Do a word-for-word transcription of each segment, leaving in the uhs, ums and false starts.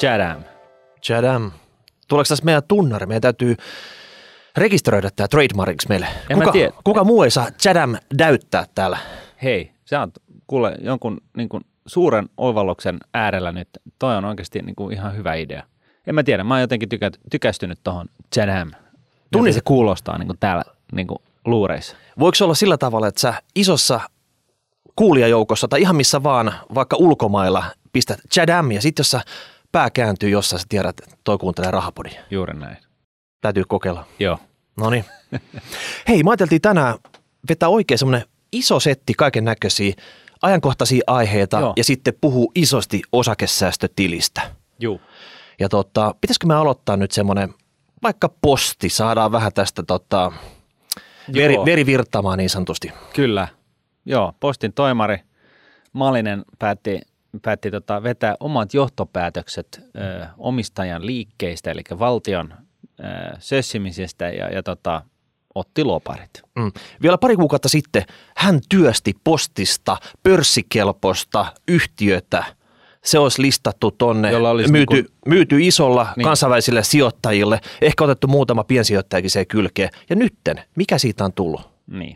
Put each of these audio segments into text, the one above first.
Chadam. Chadam. Tuleeko tässä meidän tunnari? Meidän täytyy rekisteröidä tämä trademarkiksi meille. En kuka, mä tiedä. kuka muu ei saa Chadam täyttää täällä? Hei, sä oot kuule jonkun niin kuin suuren oivalluksen äärellä nyt. Toi on oikeasti niin kuin ihan hyvä idea. En mä tiedä, mä oon jotenkin tykä, tykästynyt tohon Chadam. Tunnin se kuulostaa niin kuin täällä niin kuin luureissa. Voiko se olla sillä tavalla, että sä isossa kuulijajoukossa tai ihan missä vaan, vaikka ulkomailla, pistät Chadam ja sitten jos sä pää kääntyy jossain, sä tiedät, että toi kuuntelee Rahapodin. Juuri näin. Täytyy kokeilla. Joo. Noniin. Hei, mä ajateltiin tänään vetää oikein semmoinen iso setti kaiken näköisiä ajankohtaisia aiheita Joo. ja sitten puhuu isosti osakesäästötilistä. Juu. Ja tota, pitäisikö me aloittaa nyt semmoinen vaikka posti, saadaan vähän tästä tota, veri, veri virtaamaan niin sanotusti. Kyllä. Joo, postin toimari Malinen päätti, päätti tota vetää omat johtopäätökset ö, omistajan liikkeistä, eli valtion ö, sössimisestä ja, ja tota, otti loparit. Mm. Vielä pari kuukautta sitten hän työsti postista pörssikelpoista yhtiötä. Se olisi listattu tonne, olisi myyty, niin kuin, myyty isolla niin. kansainvälisille sijoittajille, ehkä otettu muutama piensijoittajakin se kylkeen. Ja nytten, mikä siitä on tullut? Niin,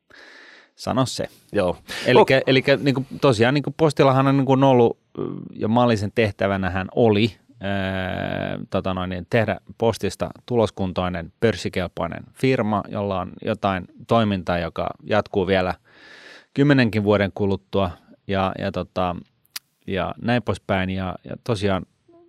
sano se. Joo. Eli okay. niin kuin, tosiaan niin kuin postillahan on niin kuin ollut, ja Mallisen tehtävänä hän oli ää, tota noin, niin tehdä postista tuloskuntoinen, pörssikelpoinen firma, jolla on jotain toimintaa, joka jatkuu vielä kymmenenkin vuoden kuluttua, ja, ja tota... ja näin poispäin, ja, ja tosiaan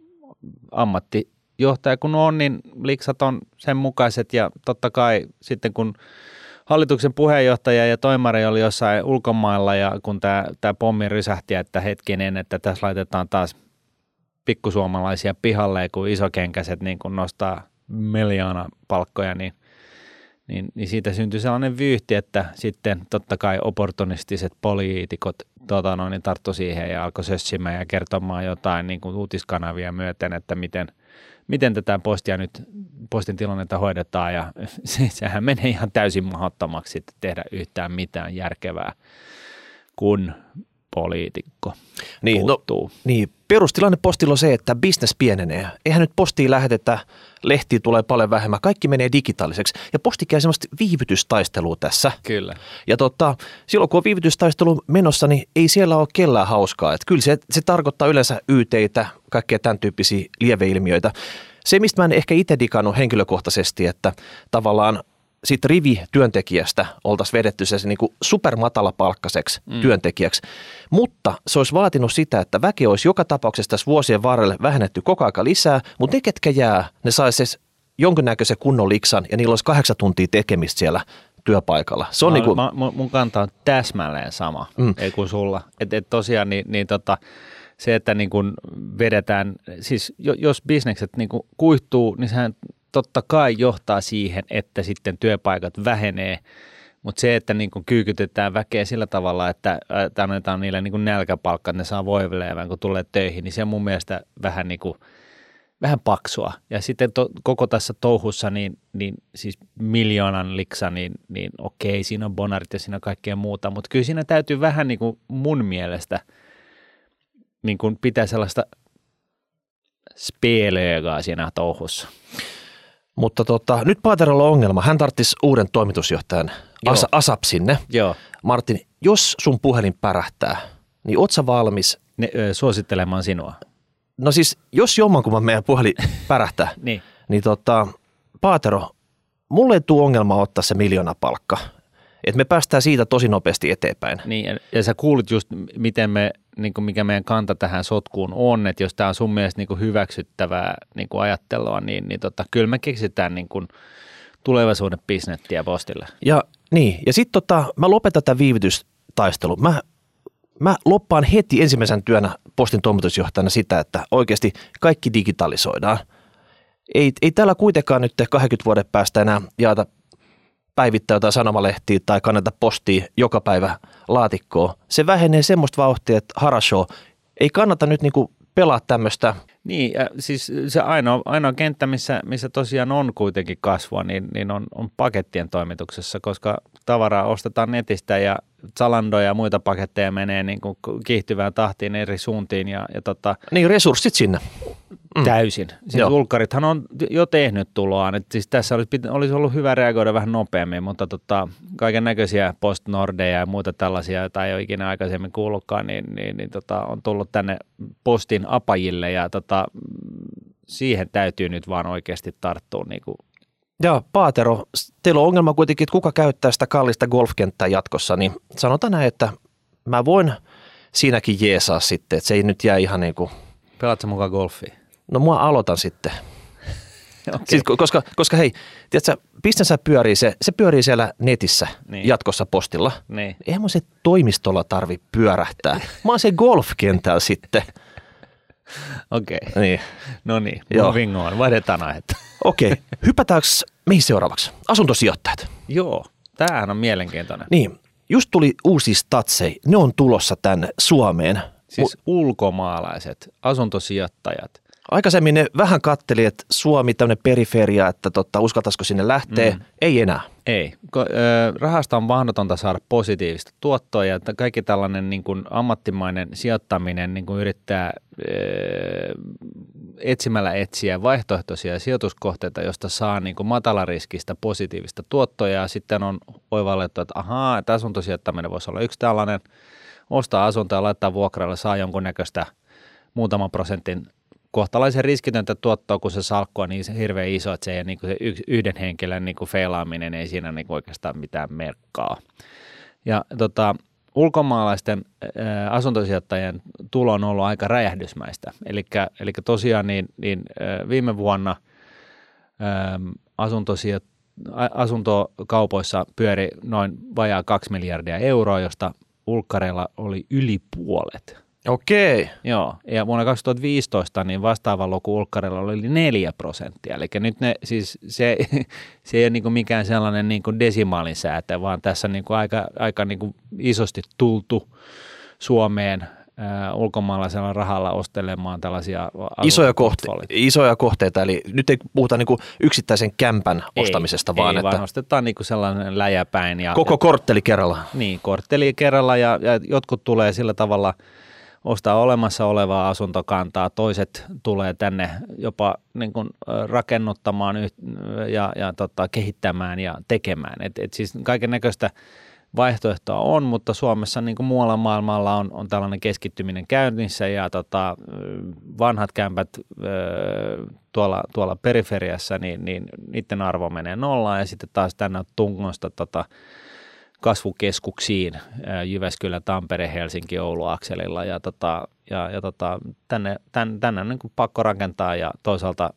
ammattijohtaja kun on, niin liksat on sen mukaiset, ja totta kai sitten kun hallituksen puheenjohtaja ja toimari oli jossain ulkomailla, ja kun tämä, tämä pommi rysähti, että hetkinen, että tässä laitetaan taas pikkusuomalaisia pihalle, kun isokenkäiset niin kun nostaa miljoona palkkoja, niin Niin, niin siitä syntyi sellainen vyyhti, että sitten totta kai opportunistiset poliitikot tota noin, niin tarttu siihen ja alkoi sössimään ja kertomaan jotain niin kuin uutiskanavia myöten, että miten, miten tätä postia nyt, postin tilannetta hoidetaan, ja se, sehän menee ihan täysin mahdottomaksi sitten tehdä yhtään mitään järkevää, kun poliitikko niin, puuttuu. No, niin, perustilanne postilla on se, että business pienenee. Eihän nyt postiin lähetetä, lehtiä tulee paljon vähemmän, kaikki menee digitaaliseksi. Ja posti käy semmoista viivytystaistelua tässä. Kyllä. Ja tota, silloin kun on viivytystaistelu menossa, niin ei siellä ole kellään hauskaa. Että kyllä se, se tarkoittaa yleensä yteitä, kaikkea tämän tyyppisiä lieveilmiöitä. Se, mistä mä en ehkä itse digannut henkilökohtaisesti, että tavallaan sitten rivi työntekijästä oltaisiin vedetty se niin kuin supermatalapalkkaiseksi mm. työntekijäksi, mutta se olisi vaatinut sitä, että väkeä olisi joka tapauksessa tässä vuosien varrelle vähennetty koko aika lisää, mutta ne, ketkä jää, ne saisi jonkinnäköisen kunnon liksan ja niillä olisi kahdeksan tuntia tekemistä siellä työpaikalla. Se on mä, niin kuin... mä, mun kanta on täsmälleen sama, mm. ei kuin sulla. Että et tosiaan niin, niin tota, se, että niin kun vedetään, siis jos bisnekset niin kun kuihtuu, niin sehän totta kai johtaa siihen, että sitten työpaikat vähenee, mutta se, että niin kuin kyykytetään väkeä sillä tavalla, että annetaan niille niin kuin nälkäpalkka, että ne saa voileivän, kun tulee töihin, niin se on mun mielestä vähän, niin kuin, vähän paksua. Ja sitten to, koko tässä touhussa, niin, niin siis miljoonan liksa, niin, niin okei, siinä on bonarit ja siinä on kaikkea muuta, mutta kyllä siinä täytyy vähän niin kuin mun mielestä niin kuin pitää sellaista speleegaa siinä touhussa. Mutta tota, nyt Paaterolla on ongelma. Hän tarvitsisi uuden toimitusjohtajan Asa, Asap sinne. Joo. Martin, jos sun puhelin pärähtää, niin oot sä valmis? Ne, ö, suosittelemaan sinua. No siis, jos jommankumman meidän puhelin pärähtää, niin, niin tota, Paatero, mulle ei tule ongelma ottaa se miljoona palkka. Että me päästään siitä tosi nopeasti eteenpäin. Niin, ja, ja sä kuulit just, miten me, niin kuin mikä meidän kanta tähän sotkuun on, että jos tämä on sun mielestä niin kuin hyväksyttävää niin kuin ajattelua, niin, niin tota, kyllä me keksitään niin kuin tulevaisuuden bisnettiä postille. Ja niin, ja sitten tota, mä lopetan tämän viivytystaistelun. Mä, mä loppaan heti ensimmäisen työnä postin toimitusjohtajana sitä, että oikeasti kaikki digitalisoidaan. Ei, ei täällä kuitenkaan nyt kaksikymmentä vuoden päästä enää jaeta päivittää jotain sanomalehtiä tai kannata postia joka päivä laatikkoa. Se vähenee semmoista vauhtia, että harasho, ei kannata nyt niinku pelaa tämmöistä. Niin, ja siis se ainoa, ainoa kenttä, missä, missä tosiaan on kuitenkin kasvua, niin, niin on, on pakettien toimituksessa, koska tavaraa ostetaan netistä ja Zalando ja muita paketteja menee niin kuin kiihtyvään tahtiin eri suuntiin. Ja, ja tota, niin, resurssit sinne. mm. täysin. Siis Joo. ulkkarithan on jo tehnyt tuloaan, että siis tässä olisi, olisi ollut hyvä reagoida vähän nopeammin, mutta tota, kaiken näköisiä postnordeja ja muita tällaisia, joita ei ole ikinä aikaisemmin kuullutkaan, niin, niin, niin tota, on tullut tänne postin apajille ja tota, siihen täytyy nyt vaan oikeasti tarttua niin kuin. Ja Paatero, teillä on ongelma kuitenkin, että kuka käyttää sitä kallista golfkenttää jatkossa, niin sanotaan näin, että mä voin siinäkin jeesaa sitten, että se ei nyt jää ihan niin kuin. Pelaatko mukaan golfia? No mua aloitan sitten. Okay. Siis, koska, koska hei, tiedätkö, pistensä pyörii se, se pyörii siellä netissä niin. jatkossa postilla. Niin. Eihän mun se toimistolla tarvi pyörähtää. Mä oon se golfkentällä sitten. Okei. Okay. Niin. No niin, moving on. Vaihdetaan aihetta. Okei, okay. Hypätäänkö mihin seuraavaksi? Asuntosijoittajat. Joo, tämähän on mielenkiintoinen. Niin, just tuli uusia statseja. Ne on tulossa tänne Suomeen. Siis ulkomaalaiset asuntosijoittajat. Aikaisemmin ne vähän katteli, että Suomi tämmöinen periferia, että totta, uskaltaisiko sinne lähteä. Mm. Ei enää. Ei. Rahasta on mahdotonta saada positiivista tuottoa ja kaikki tällainen niin kuin ammattimainen sijoittaminen niin kuin yrittää etsimällä etsiä vaihtoehtoisia sijoituskohteita, josta saa niin kuin matalariskistä positiivista tuottoa ja sitten on oivallettu, että ahaa, että asuntosijoittaminen voisi olla yksi tällainen, ostaa asuntoa ja laittaa vuokralle, saa jonkunnäköistä muutaman prosentin kohtalaisen riskitöntä tuottoa, kun se salkku on niin hirveän iso, että se, ei, niin kuin se yhden henkilön niin kuin feilaaminen ei siinä niin kuin oikeastaan mitään merkkaa. Ja tota, ulkomaalaisten ää, asuntosijoittajien tulo on ollut aika räjähdysmäistä. Eli tosiaan niin, niin, ää, viime vuonna ää, asuntosijoit- asuntokaupoissa pyöri noin vajaa kaksi miljardia euroa, josta ulkkareilla oli yli puolet. Okei. Joo, ja vuonna kaksituhattaviisitoista niin vastaava luku ulkkarilla oli neljä prosenttia, eli nyt ne, siis se, se ei ole niin kuin mikään sellainen niin kuin desimaalin säätö, vaan tässä niin kuin aika, aika niin kuin isosti tultu Suomeen ää, ulkomaalaisella rahalla ostelemaan tällaisia isoja, kohte- isoja kohteita, eli nyt ei puhuta niin kuin yksittäisen kämpän ei, ostamisesta, vaan ei, että vaan ostetaan niin kuin sellainen läjäpäin. Ja, koko kortteli kerralla. Niin, kortteli kerralla ja, ja jotkut tulee sillä tavalla ostaa olemassa olevaa asuntokantaa, toiset tulee tänne jopa niin kuin rakennuttamaan ja, ja tota, kehittämään ja tekemään. Et, et siis kaiken näköistä vaihtoehtoa on, mutta Suomessa niin kuin muualla maailmalla on, on tällainen keskittyminen käynnissä ja tota, vanhat kämpät tuolla, tuolla periferiassa, niin, niin niiden arvo menee nollaan ja sitten taas tänne tungosta tota, kasvukeskuksiin Jyväskylä, Tampere, Helsinki, Oulu akselilla ja, tota, ja, ja tota, tänne, tänne, tänne on niin kuin pakko rakentaa ja toisaalta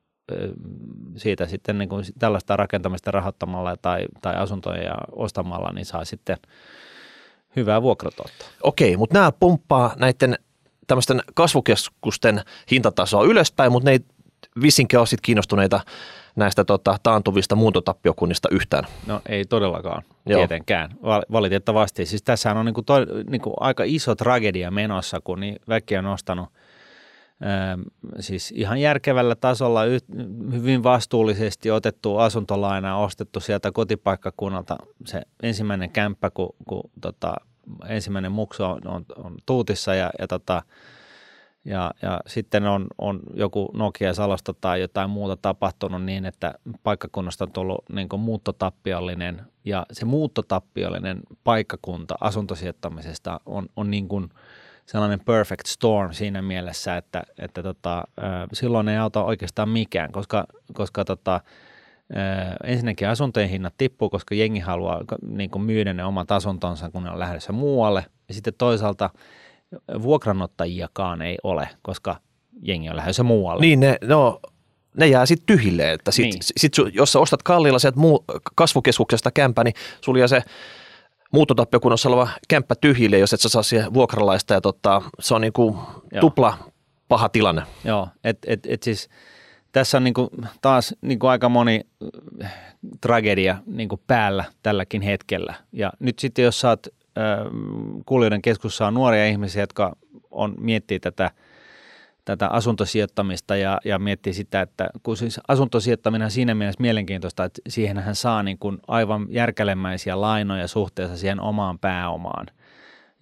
siitä sitten niin kuin tällaista rakentamista rahoittamalla tai, tai asuntoja ostamalla niin saa sitten hyvää vuokratuottoa. Okei, mutta nämä pumppaa näiden tämmöisten kasvukeskusten hintatasoa ylöspäin, mutta ne ei vissinkään ole sitten kiinnostuneita näistä tota, taantuvista muuntotappiokunnista yhtään. No ei todellakaan, Joo. tietenkään, valitettavasti. Siis tässähän on niinku to, niinku aika iso tragedia menossa, kun niin väki on ostanut ää, siis ihan järkevällä tasolla yh, hyvin vastuullisesti otettu asuntolaina, ostettu sieltä kotipaikkakunnalta se ensimmäinen kämppä, kun, kun tota, ensimmäinen muksu on, on, on tuutissa ja, ja tota, Ja, ja sitten on, on joku Nokia-salosta tai jotain muuta tapahtunut niin, että paikkakunnasta on tullut niin kuin muuttotappiollinen ja se muuttotappiollinen paikkakunta asuntosijoittamisesta on, on niin kuin sellainen perfect storm siinä mielessä, että, että tota, silloin ei auta oikeastaan mikään, koska, koska tota, ensinnäkin asuntojen hinnat tippuu, koska jengi haluaa niin kuin myydä ne omat asuntonsa, kun ne on lähdössä muualle ja sitten toisaalta vuokranottajiakaan ei ole, koska jengi on lähdössä muualle. Niin, ne, no, ne jää sitten tyhjille, että sit, niin. sit, jos sä ostat kalliilla sieltä muu, kasvukeskuksesta kämpä, niin sulla jää se muuttotappiokunnassa oleva kämppä tyhjille, jos et sä saa siihen vuokralaista ja tota, se on niinku tupla paha tilanne. Joo, että et, et siis tässä on niinku taas niinku aika moni tragedia niinku päällä tälläkin hetkellä ja nyt sitten jos sä oot kuulijoiden keskussa on nuoria ihmisiä, jotka on, miettii tätä, tätä asuntosijoittamista ja, ja miettii sitä, että kun siis asuntosijoittaminen on siinä mielessä mielenkiintoista, että siihen hän saa niin kuin aivan järkälemäisiä lainoja suhteessa siihen omaan pääomaan.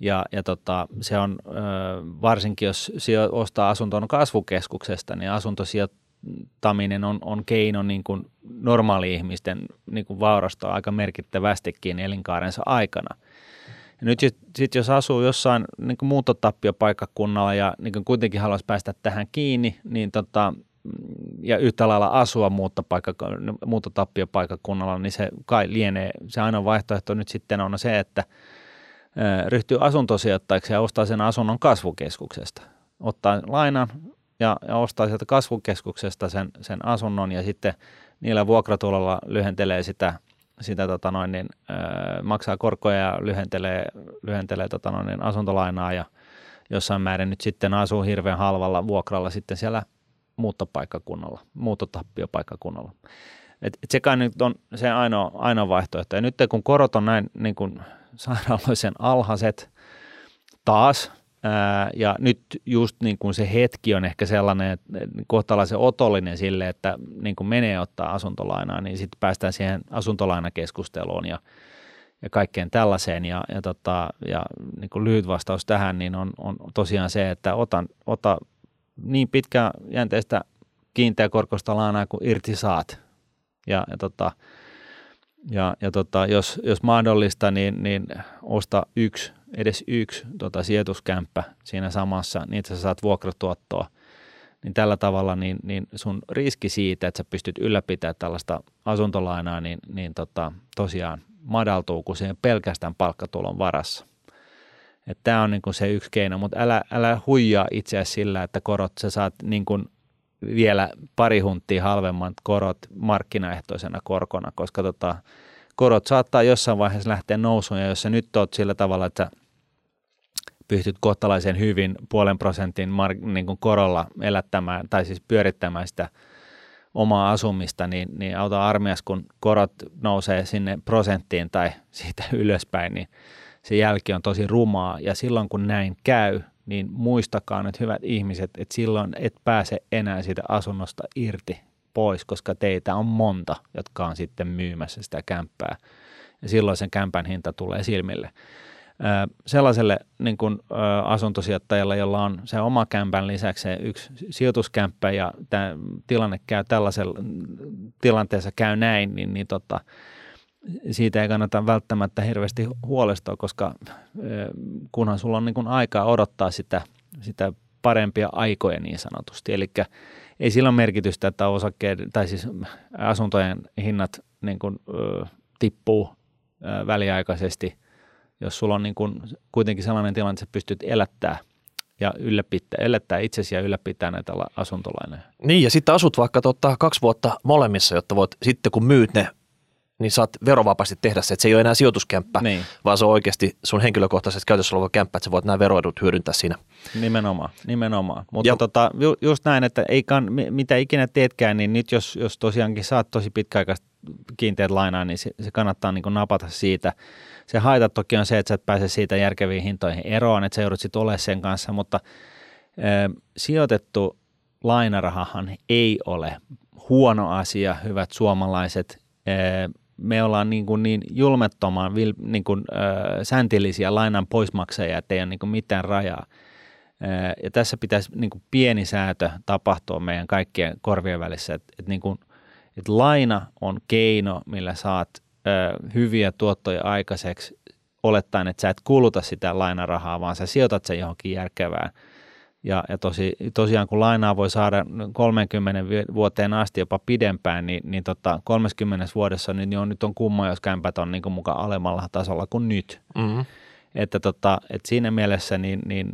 Ja, ja tota, se on varsinkin, jos sijo, ostaa asunton kasvukeskuksesta, niin asuntosijoittaminen on, on keino niin kuin normaali-ihmisten niin kuin vaurastaa aika merkittävästikin elinkaarensa aikana. Ja nyt sitten jos asuu jossain niin kuin muuttotappiopaikkakunnalla ja niin kuin kuitenkin haluaisi päästä tähän kiinni, niin tota, ja yhtä lailla asua muuttotappiopaikkakunnalla, niin se kai lienee, se ainoa vaihtoehto nyt sitten on se, että ryhtyy asuntosijoittajaksi ja ostaa sen asunnon kasvukeskuksesta. Ottaa lainan ja, ja ostaa sieltä kasvukeskuksesta sen, sen asunnon ja sitten niillä vuokratulolla lyhentelee sitä, sitä tota noin, niin, ö, maksaa korkoja ja lyhentelee, lyhentelee tota noin, niin asuntolainaa ja jossain määrin nyt sitten asuu hirveän halvalla vuokralla sitten siellä muuttopaikkakunnalla, muuttotappiopaikkakunnalla. Et, et se kai nyt on se ainoa, ainoa vaihtoehto. Ja nyt kun korot on näin niin kuin sairaaloisen alhaiset taas, ää, ja nyt just niin kuin se hetki on ehkä sellainen, että kohtalaisen otollinen sille, että niin kuin menee ottaa asuntolainaa, niin sitten päästään siihen asuntolainakeskusteluun ja, ja kaikkeen tällaiseen. Ja, ja, tota, ja niin kuin lyhyt vastaus tähän niin on, on tosiaan se, että otan, ota niin pitkäjänteistä kiinteäkorkoista lainaa kuin irti saat. Ja, ja, tota, ja, ja tota, jos, jos mahdollista, niin, niin osta yksi, edes yksi tota, sijoituskämppä siinä samassa, niin että sä saat vuokratuottoa. Niin tällä tavalla niin, niin sun riski siitä, että sä pystyt ylläpitämään tällaista asuntolainaa, niin, niin tota, tosiaan madaltuu, kun se pelkästään palkkatulon varassa. Tämä on niin kuin se yksi keino, mutta älä, älä huijaa itseäsi sillä, että korot sä saat niin kuin vielä pari hunttia halvemmat korot markkinaehtoisena korkona, koska tota, korot saattaa jossain vaiheessa lähteä nousuun, ja jos sä nyt oot sillä tavalla, että sä pystyt kohtalaisen hyvin puolen prosentin mark, niin kuin korolla elättämään tai siis pyörittämään sitä omaa asumista, niin, niin auta armias, kun korot nousee sinne prosenttiin tai siitä ylöspäin, niin se jälki on tosi rumaa, ja silloin kun näin käy, niin muistakaa nyt hyvät ihmiset, että silloin et pääse enää siitä asunnosta irti pois, koska teitä on monta, jotka on sitten myymässä sitä kämppää, ja silloin sen kämpän hinta tulee silmille. Sellaiselle niin kuin, asuntosijoittajalle, jolla on se oma kämpän lisäksi se yksi sijoituskämppä, ja tämä tilanne käy tällaisella tilanteessa käy näin, niin, niin tota, siitä ei kannata välttämättä hirveästi huolestua, koska kunhan sulla on niin kuin aikaa odottaa sitä, sitä parempia aikoja niin sanotusti. Eli ei sillä ole merkitystä, että osakkeiden tai siis asuntojen hinnat niin kuin, ö, tippuu ö, väliaikaisesti, jos sulla on niin kuin kuitenkin sellainen tilanne, että sä pystyt elättää ja ylläpitää, elättää itsesi ja ylläpitää näitä asuntolainoja. Niin, ja sitten asut vaikka tota kaksi vuotta molemmissa, jotta voit sitten kun myyt ne, niin saat verovapaasti tehdä se, että se ei ole enää sijoituskämppä, niin, vaan se on oikeasti sun henkilökohtaisesti käytössä oleva kämppä, että sä voit nämä veroedut hyödyntää siinä. Nimenomaan, nimenomaan. Mutta ja, tota, ju, just näin, että ei kann, mitä ikinä teetkään, niin nyt jos, jos tosiaankin saat tosi pitkäaikaista kiinteät lainaa, niin se, se kannattaa niin kuin napata siitä. Se haita toki on se, että sä et pääse siitä järkeviin hintoihin eroon, että sä joudut sitten olemaan sen kanssa, mutta ö, sijoitettu lainarahahan ei ole huono asia, hyvät suomalaiset. Ö, me ollaan niin, kuin niin julmettoman niin kuin, ö, säntillisiä lainan poismaksajia, että ei ole niin kuin mitään rajaa. Ö, ja tässä pitäisi niin kuin pieni säätö tapahtua meidän kaikkien korvien välissä, että, että, niin kuin, että laina on keino, millä saat ö, hyviä tuottoja aikaiseksi, olettaen, että sä et kuluta sitä lainarahaa, vaan sä sijoitat sen johonkin järkevään. Ja, ja tosi, tosiaan kun lainaa voi saada kolmekymmentä vuoteen asti jopa pidempään, niin, niin tota, kolmekymmentä vuodessa niin on, nyt on kumma, jos kämpät on niin kuin mukaan alemmalla tasolla kuin nyt. Mm-hmm. Että, tota, että siinä mielessä niin, niin,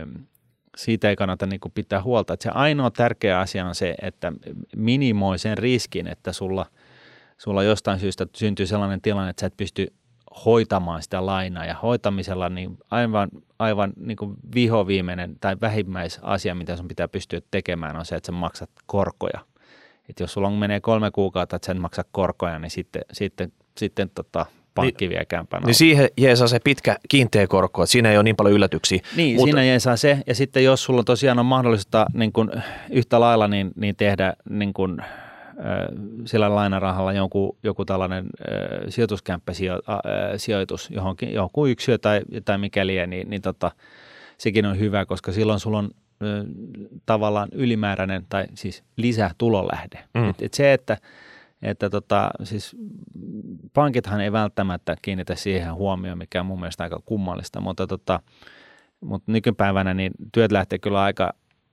siitä ei kannata niin kuin pitää huolta. Että se ainoa tärkeä asia on se, että minimoi sen riskin, että sulla, sulla jostain syystä syntyy sellainen tilanne, että sä et pysty hoitamaan sitä lainaa, ja hoitamisella niin aivan, aivan niin kuin vihoviimeinen tai vähimmäisasia, mitä sun pitää pystyä tekemään, on se, että sä maksat korkoja. Et jos sulla on, menee kolme kuukautta, että sä en maksa korkoja, niin sitten, sitten, sitten tota, pankki vie kämpän. Niin siihen jeesaa se pitkä kiinteä korko, että siinä ei ole niin paljon yllätyksiä. Niin, mutta siinä jeesaa se, ja sitten jos sulla tosiaan on mahdollista niin kuin yhtä lailla niin, niin tehdä niin kuin sillä lainarahalla joku, joku tällainen sijoituskämppäsijoitus johonkin, johonkin yksiö tai, tai mikäli, niin, niin tota, sekin on hyvä, koska silloin sulla on ö, tavallaan ylimääräinen tai siis lisätulolähde. Mm. Et, et se, että, että tota, siis pankithan ei välttämättä kiinnitä siihen huomioon, mikä on mun mielestä aika kummallista, mutta, tota, mutta nykypäivänä niin työt lähtee kyllä aika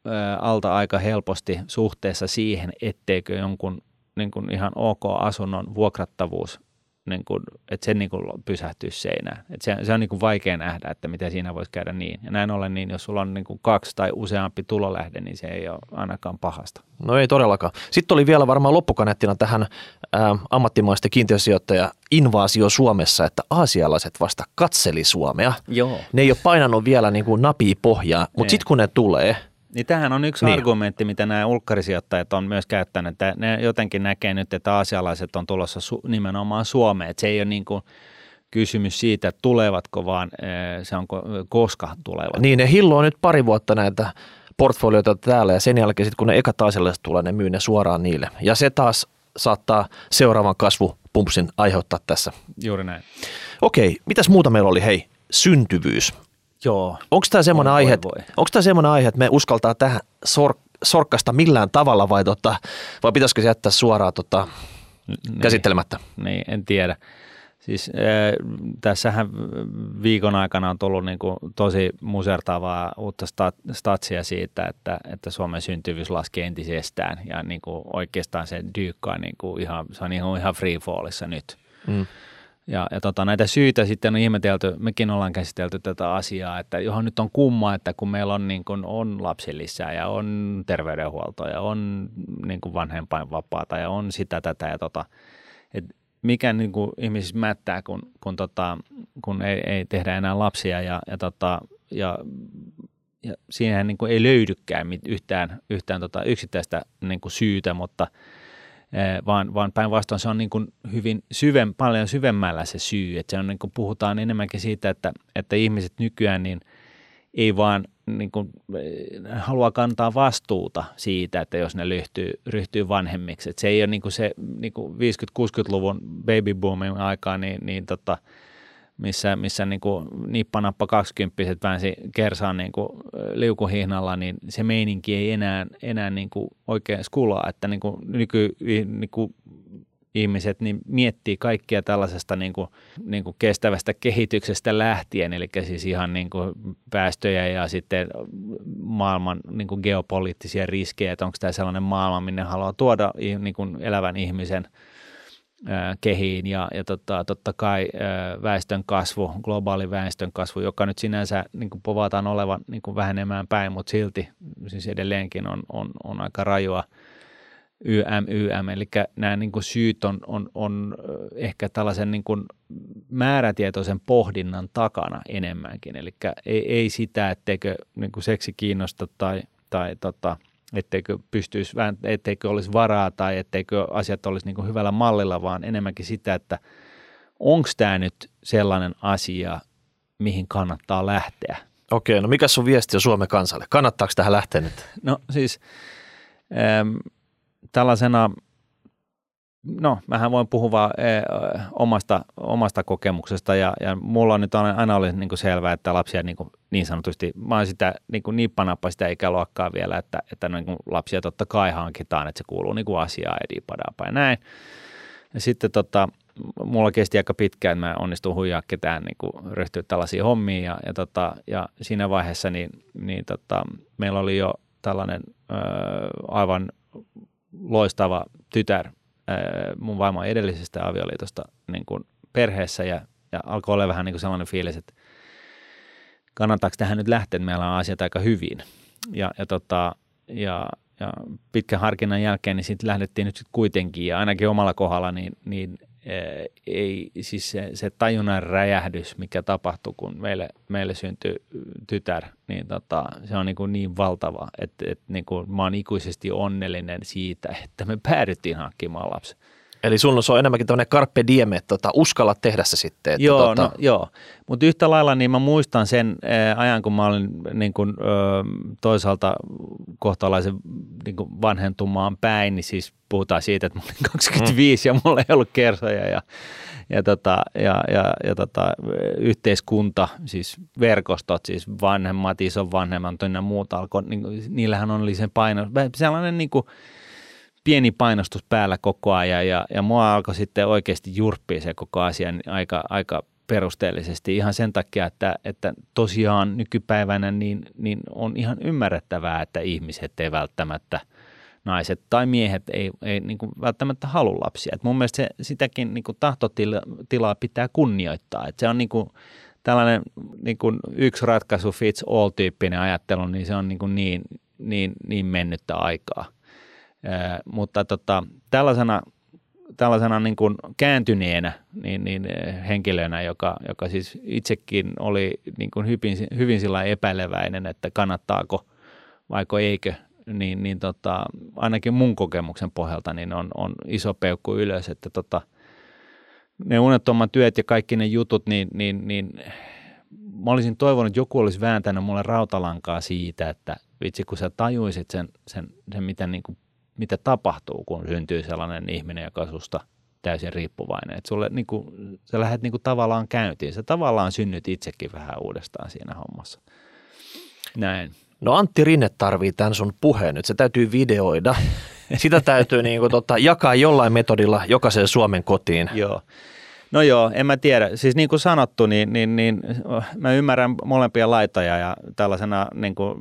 alta aika helposti suhteessa siihen, etteikö jonkun niin kuin ihan ok asunnon vuokrattavuus, niin kuin, että se niin kuin pysähtyisi seinään. Että se, se on niin kuin vaikea nähdä, että miten siinä voisi käydä niin. Ja näin ollen, niin jos sulla on niin kuin kaksi tai useampi tulolähde, niin se ei ole ainakaan pahasta. No ei todellakaan. Sitten oli vielä varmaan loppukaneettina tähän ää, ammattimaisten kiinteistösijoittaja invaasio Suomessa, että aasialaiset vasta katseli Suomea. Joo. Ne ei ole painanut vielä niin kuin napia pohjaa, mutta sitten kun ne tulee... Niin tämähän on yksi niin. argumentti, mitä nämä ulkkarisijoittajat on myös käyttänyt, että ne jotenkin näkee nyt, että aasialaiset on tulossa su- nimenomaan Suomeen, että se ei ole niin kuin kysymys siitä, että tulevatko, vaan se on koska tulevat. Niin, ne hilloo nyt pari vuotta näitä portfolioita täällä ja sen jälkeen sitten kun ne ekat aasialaiset tulee, ne myy ne suoraan niille ja se taas saattaa seuraavan kasvupumpsin aiheuttaa tässä. Juuri näin. Okei, mitäs muuta meillä oli? Hei, syntyvyys. Joo. Onko tämä semmoinen aihe, onko tämä semmoinen aihe, että me uskaltaa tähän sor, sorkkasta millään tavalla vai, tota, vai pitäisikö se jättää suoraan tota, niin, käsittelemättä? Niin, en tiedä. Siis äh, tässähän viikon aikana on tullut niin kuin tosi musertavaa uutta stat, statsia siitä, että, että Suomen syntyvyys laskee entisestään ja niin kuin oikeastaan se dyykkaa niin kuin ihan, se on ihan, ihan free fallissa nyt. Mm. Ja, ja tota, näitä syitä sitten on ihmetelty, mekin ollaan käsitelty tätä asiaa, että johon nyt on kumma, että kun meillä on, niin kuin, on lapsilisää ja on terveydenhuoltoa ja on niin kuin vanhempainvapaata ja on sitä tätä ja tota, että mikä niin kuin ihmisissä mättää, kun, kun, tota, kun ei, ei tehdä enää lapsia ja, ja, tota, ja, ja siihen niin kuin ei löydykään yhtään, yhtään tota yksittäistä niin kuin syytä, mutta vaan, vaan päinvastoin se on niin kuin hyvin syvem, paljon syvemmällä se syy, että se on niin kuin puhutaan enemmänkin siitä, että, että ihmiset nykyään niin ei vaan niin kuin halua kantaa vastuuta siitä, että jos ne ryhtyy, ryhtyy vanhemmiksi, että se ei ole niin kuin se niin kuin viisikymmentä-kuusikymmentäluvun baby boomin aikaa, niin, niin tota, missä, missä niin kuin nippanappa kaksikymppiset väänsi kersaan niin kuin liukuhihnalla, niin se meininki ei enää, enää niin kuin oikein skulaa, että niin kuin nyky niin kuin ihmiset niin miettii kaikkia tällaisesta niin kuin, niin kuin kestävästä kehityksestä lähtien, eli siis ihan niin kuin päästöjä ja sitten maailman niin kuin geopoliittisia riskejä, että onko tämä sellainen maailma, minne haluaa tuoda niin kuin elävän ihmisen kehiin ja, ja tota, totta kai väestön kasvu, globaali väestön kasvu, joka nyt sinänsä niin kuin povataan olevan niin kuin vähenemään päin, mutta silti siis edelleenkin on, on, on aika rajua Y M Y M, eli nämä niin kuin syyt on, on, on ehkä tällaisen niin kuin määrätietoisen pohdinnan takana enemmänkin, eli ei, ei sitä, etteikö niin kuin seksi kiinnosta tai, tai tota, etteikö pystyisi, etteikö olisi varaa tai etteikö asiat olisi niin kuin hyvällä mallilla, vaan enemmänkin sitä, että onko tämä nyt sellainen asia, mihin kannattaa lähteä. Okei, no mikä sun viesti on Suomen kansalle? Kannattaako tähän lähteä nyt? No siis ähm, tällaisena, no mähän voin puhua vaan äh, omasta, omasta kokemuksesta ja, ja mulla on nyt aina ollut niin kuin selvää, että lapsia niin, kuin, niin sanotusti, mä oon sitä niin kuin nippanappa sitä ikäluokkaa vielä, että, että niin kuin lapsia totta kai hankitaan, että se kuuluu niin kuin asiaan ja diipadapa ja näin. Ja sitten tota, mulla kesti aika pitkään, että mä onnistuin huijaa ketään niin kuin ryhtyä tällaisiin hommiin ja, ja, tota, ja siinä vaiheessa niin, niin tota, meillä oli jo tällainen ö, aivan loistava tytär mun vaimon edellisestä avioliitosta niin kuin perheessä ja, ja alkoi olla vähän niin kuin sellainen fiilis, että kannattaako tähän nyt lähteä, että meillä on asiat aika hyvin. Ja, ja, tota, ja, ja pitkän harkinnan jälkeen niin sitten lähdettiin nyt sit kuitenkin ja ainakin omalla kohdalla niin, niin ei, siis se, se tajunnan räjähdys, mikä tapahtui, kun meille, meille syntyi tytär, niin tota, se on niin, kuin niin valtava, että, että niin kuin mä oon ikuisesti onnellinen siitä, että me päädyttiin hankkimaan lapsen. Eli sun on enemmänkin tämmöinen carpe diem, että tota, uskalla tehdä se sitten. Että joo, tota... no, joo. Mutta yhtä lailla niin mä muistan sen ää, ajan, kun mä olin niin kun, ö, toisaalta kohtalaisen niin kun vanhentumaan päin, niin siis puhutaan siitä, että mä olin kaksikymmentäviisi mm. ja mulla ei ollut kersoja ja, ja, tota, ja, ja, ja tota, yhteiskunta, siis verkostot, siis vanhemmat, ison vanhemmat ja muut alkoi, niin, niillähän oli sen paino, sellainen niin kuin pieni painostus päällä koko ajan ja, ja mua alkoi sitten oikeasti jurppia se koko asian aika, aika perusteellisesti ihan sen takia, että, että tosiaan nykypäivänä niin, niin on ihan ymmärrettävää, että ihmiset ei välttämättä, naiset tai miehet ei, ei niin kuin välttämättä halua lapsia. Et mun mielestä se, sitäkin niin kuin tahtotilaa pitää kunnioittaa. Et se on niin kuin tällainen niin kuin yksi ratkaisu fits all -tyyppinen ajattelu, niin se on niin, kuin niin, niin, niin mennyttä aikaa. Äh, mutta tota, tällaisena tällaisena niin kuin kääntyneenä niin, niin henkilönä, joka, joka siis itsekin oli niin kuin hyvin, hyvin sillä epäileväinen, että kannattaako vaiko eikö, niin, niin tota, ainakin mun kokemuksen pohjalta niin on, on iso peukku ylös, että tota, ne unettoman työt ja kaikki ne jutut, niin, niin, niin mä olisin toivonut, että joku olisi vääntänyt mulle rautalankaa siitä, että vitsi kun sä tajuisit sen, sen, sen mitä niin kuin mitä tapahtuu, kun syntyy sellainen ihminen, joka on susta täysin riippuvainen. Että sulle niin kuin, sä lähdet niin kuin tavallaan käyntiin. Sä tavallaan synnyt itsekin vähän uudestaan siinä hommassa. Näin. No Antti Rinne tarvii tämän sun puheen nyt. Se täytyy videoida. Sitä täytyy niin kuin, tota, jakaa jollain metodilla jokaiseen Suomen kotiin. Joo. No joo, en mä tiedä. Siis niin kuin sanottu, niin, niin, niin mä ymmärrän molempia laitoja ja tällaisena niin kuin,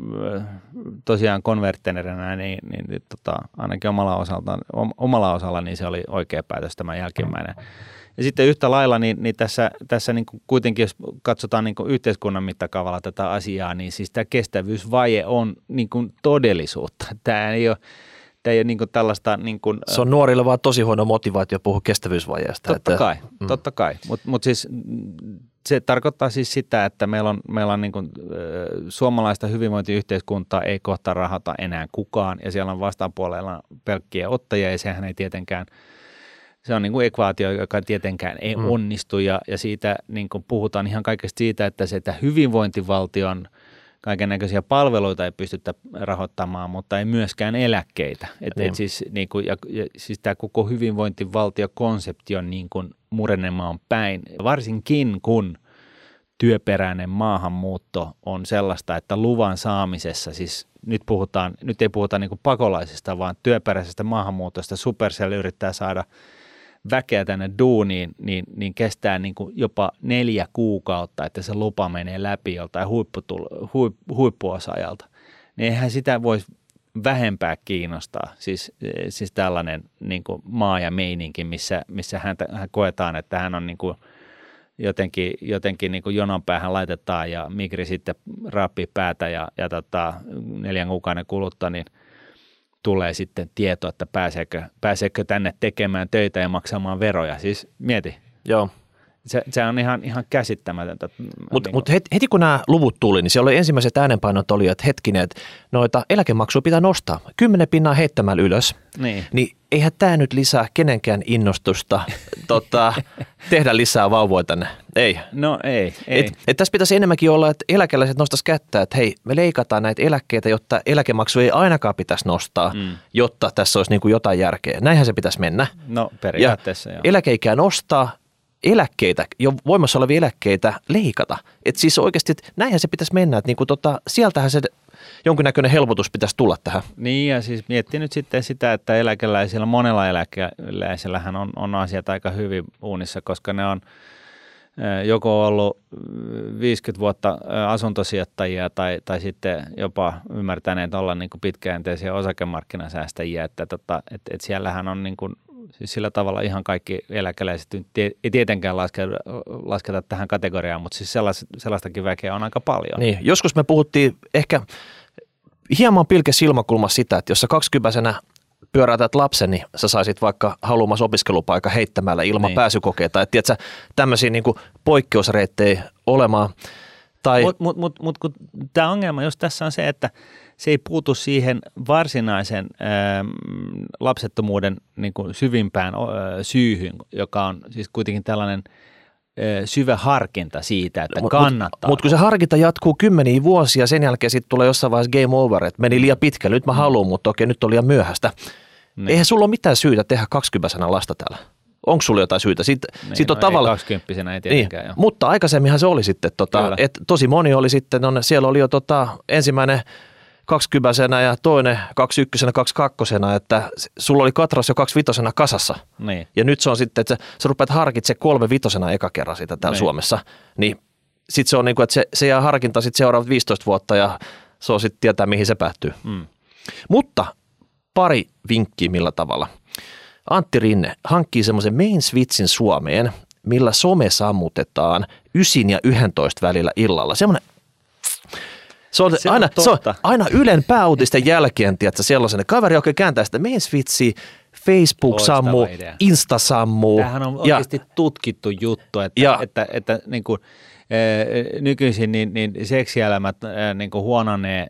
tosiaan konverttenerina, niin, niin, niin tota, ainakin omalla, osalta, omalla osalla niin se oli oikea päätös tämä jälkimmäinen. Ja sitten yhtä lailla, niin, niin tässä, tässä niin kuin kuitenkin, jos katsotaan niin kuin yhteiskunnan mittakaavalla tätä asiaa, niin siis tämä kestävyysvaje on niin kuin todellisuutta. Tämä ei ole... Tämä ei ole niin kuin tällaista... Niin kuin, se on nuorille vaan tosi huono motivaatio puhua kestävyysvajeesta. Totta että, kai, mm. totta kai. Mutta mut siis se tarkoittaa siis sitä, että meillä on, meillä on niin kuin, äh, suomalaista hyvinvointiyhteiskuntaa ei kohta rahata enää kukaan, ja siellä on vastapuolella pelkkiä ottajia, ja sehän ei tietenkään, se on niin kuin ekvaatio, joka tietenkään ei mm. onnistu, ja, ja siitä niin kuin puhutaan ihan kaikesta siitä, että se että hyvinvointivaltion kaiken näköisiä palveluita ei pystytä rahoittamaan, mutta ei myöskään eläkkeitä. Et, et siis, niin kuin, ja, ja, siis tämä koko hyvinvointivaltiokonsepti on niin kuin murenemaan päin, varsinkin kun työperäinen maahanmuutto on sellaista, että luvan saamisessa, siis nyt, puhutaan, nyt ei puhuta niin kuin pakolaisista, vaan työperäisestä maahanmuutosta. Supercell yrittää saada väkeä tänne duuniin, niin, niin kestää niin kuin jopa neljä kuukautta, että se lupa menee läpi joltain huipputul- huip, huippuosaajalta. Niin eihän sitä voisi vähempää kiinnostaa. Siis, siis tällainen niin kuin maa ja meininki, missä, missä häntä, hän koetaan, että hän on niin kuin jotenkin, jotenkin niin kuin jonon päähän laitetaan ja Migri sitten raapii päätä ja, ja tota, neljän kuukauden kuluttua, niin tulee sitten tieto, että pääseekö, pääseekö tänne tekemään töitä ja maksamaan veroja. Siis mieti. Joo. Se, se on ihan, ihan käsittämätöntä. Mutta niin mut heti, heti kun nämä luvut tuli, niin siellä oli ensimmäiset äänenpainot oli, että hetkinen, että noita eläkemaksua pitää nostaa. Kymmenen pinnaa heittämällä ylös. Niin. Niin eihän tämä nyt lisää kenenkään innostusta tota, tehdä lisää vauvoja tänne. Ei. No ei. ei. Et, et tässä pitäisi enemmänkin olla, että eläkeläiset nostaisi kättä, että hei, me leikataan näitä eläkkeitä, jotta eläkemaksu ei ainakaan pitäisi nostaa, mm. jotta tässä olisi niin kuin jotain järkeä. Näinhän se pitäisi mennä. No periaatteessa ja joo. Eläkeikää nostaa, eläkkeitä, jo voimassa olevia eläkkeitä leikata. Että siis oikeasti, että näinhän se pitäisi mennä, että niinku tota, sieltähän se jonkinnäköinen helpotus pitäisi tulla tähän. Niin ja siis miettii nyt sitten sitä, että eläkeläisillä, monella eläkeläisillähän on, on asiat aika hyvin uunissa, koska ne on joko ollut viisikymmentä vuotta asuntosijoittajia tai, tai sitten jopa ymmärtäneet olla niin kuin pitkäjänteisiä osakemarkkinasäästäjiä, että tota, et, et siellähän on niin kuin siis sillä tavalla ihan kaikki eläkeläiset ei tietenkään lasketa, lasketa tähän kategoriaan, mutta siis sellais, sellaistakin väkeä on aika paljon. Niin, joskus me puhuttiin ehkä hieman pilke silmäkulmassa sitä, että jos sä kaksikymppisenä pyöräytät lapsen, niin sä saisit vaikka haluamas opiskelupaikan heittämällä ilman niin. pääsykokeita. Että tiedätkö, tämmöisiä niin kuin poikkeusreittejä olemaan. Tai... Mutta mut, mut, mut, kun tämä ongelma just tässä on se, että se ei puutu siihen varsinaisen ää, lapsettomuuden niin kuin syvimpään ää, syyhyn, joka on siis kuitenkin tällainen ää, syvä harkinta siitä, että Mutta kannattaa. Mutta mut kun se harkinta jatkuu kymmeniä vuosia, sen jälkeen sitten tulee jossain vaiheessa game over, että meni liian pitkälle, nyt mä haluan, mutta okei, nyt on liian myöhäistä. Niin. Eihän sulla ole mitään syytä tehdä kaksikymppisenä lasta täällä. Onko sulla jotain syytä? Siitä, niin, siitä no on tavalla... kaksikymppisenä ei tietenkään. Niin, mutta aikaisemminhan se oli sitten, tota, että tosi moni oli sitten, on, siellä oli jo tota, ensimmäinen kaksikymppisenä ja toinen kaksiykkösenä, kaksikakkosena, että sulla oli katras jo kaksivitosena kasassa. Niin. Ja nyt se on sitten, että sä, sä rupeat harkitsemaan kolme vitosena eka kerran sitä täällä niin. Suomessa. Niin sitten se on niin kuin, että se, se jää harkinta sitten seuraavat viisitoista vuotta ja se on sitten tietää, mihin se päättyy. Mm. Mutta pari vinkkiä millä tavalla. Antti Rinne hankkii semmoisen main switchin Suomeen, millä some sammutetaan ysin ja yhdentoista välillä illalla. Semmoinen, se on, se aina, on se on aina Ylen pääuutisten jälkeen, tiedätkö, sellaisen kaveri, joka kääntää sitä main switchiä, Facebook Loistava sammuu, idea. Insta sammuu. Tämähän on oikeasti ja, tutkittu juttu, että, ja, että, että, että niin kuin, e, nykyisin niin, niin seksielämät e, niin kuin huononee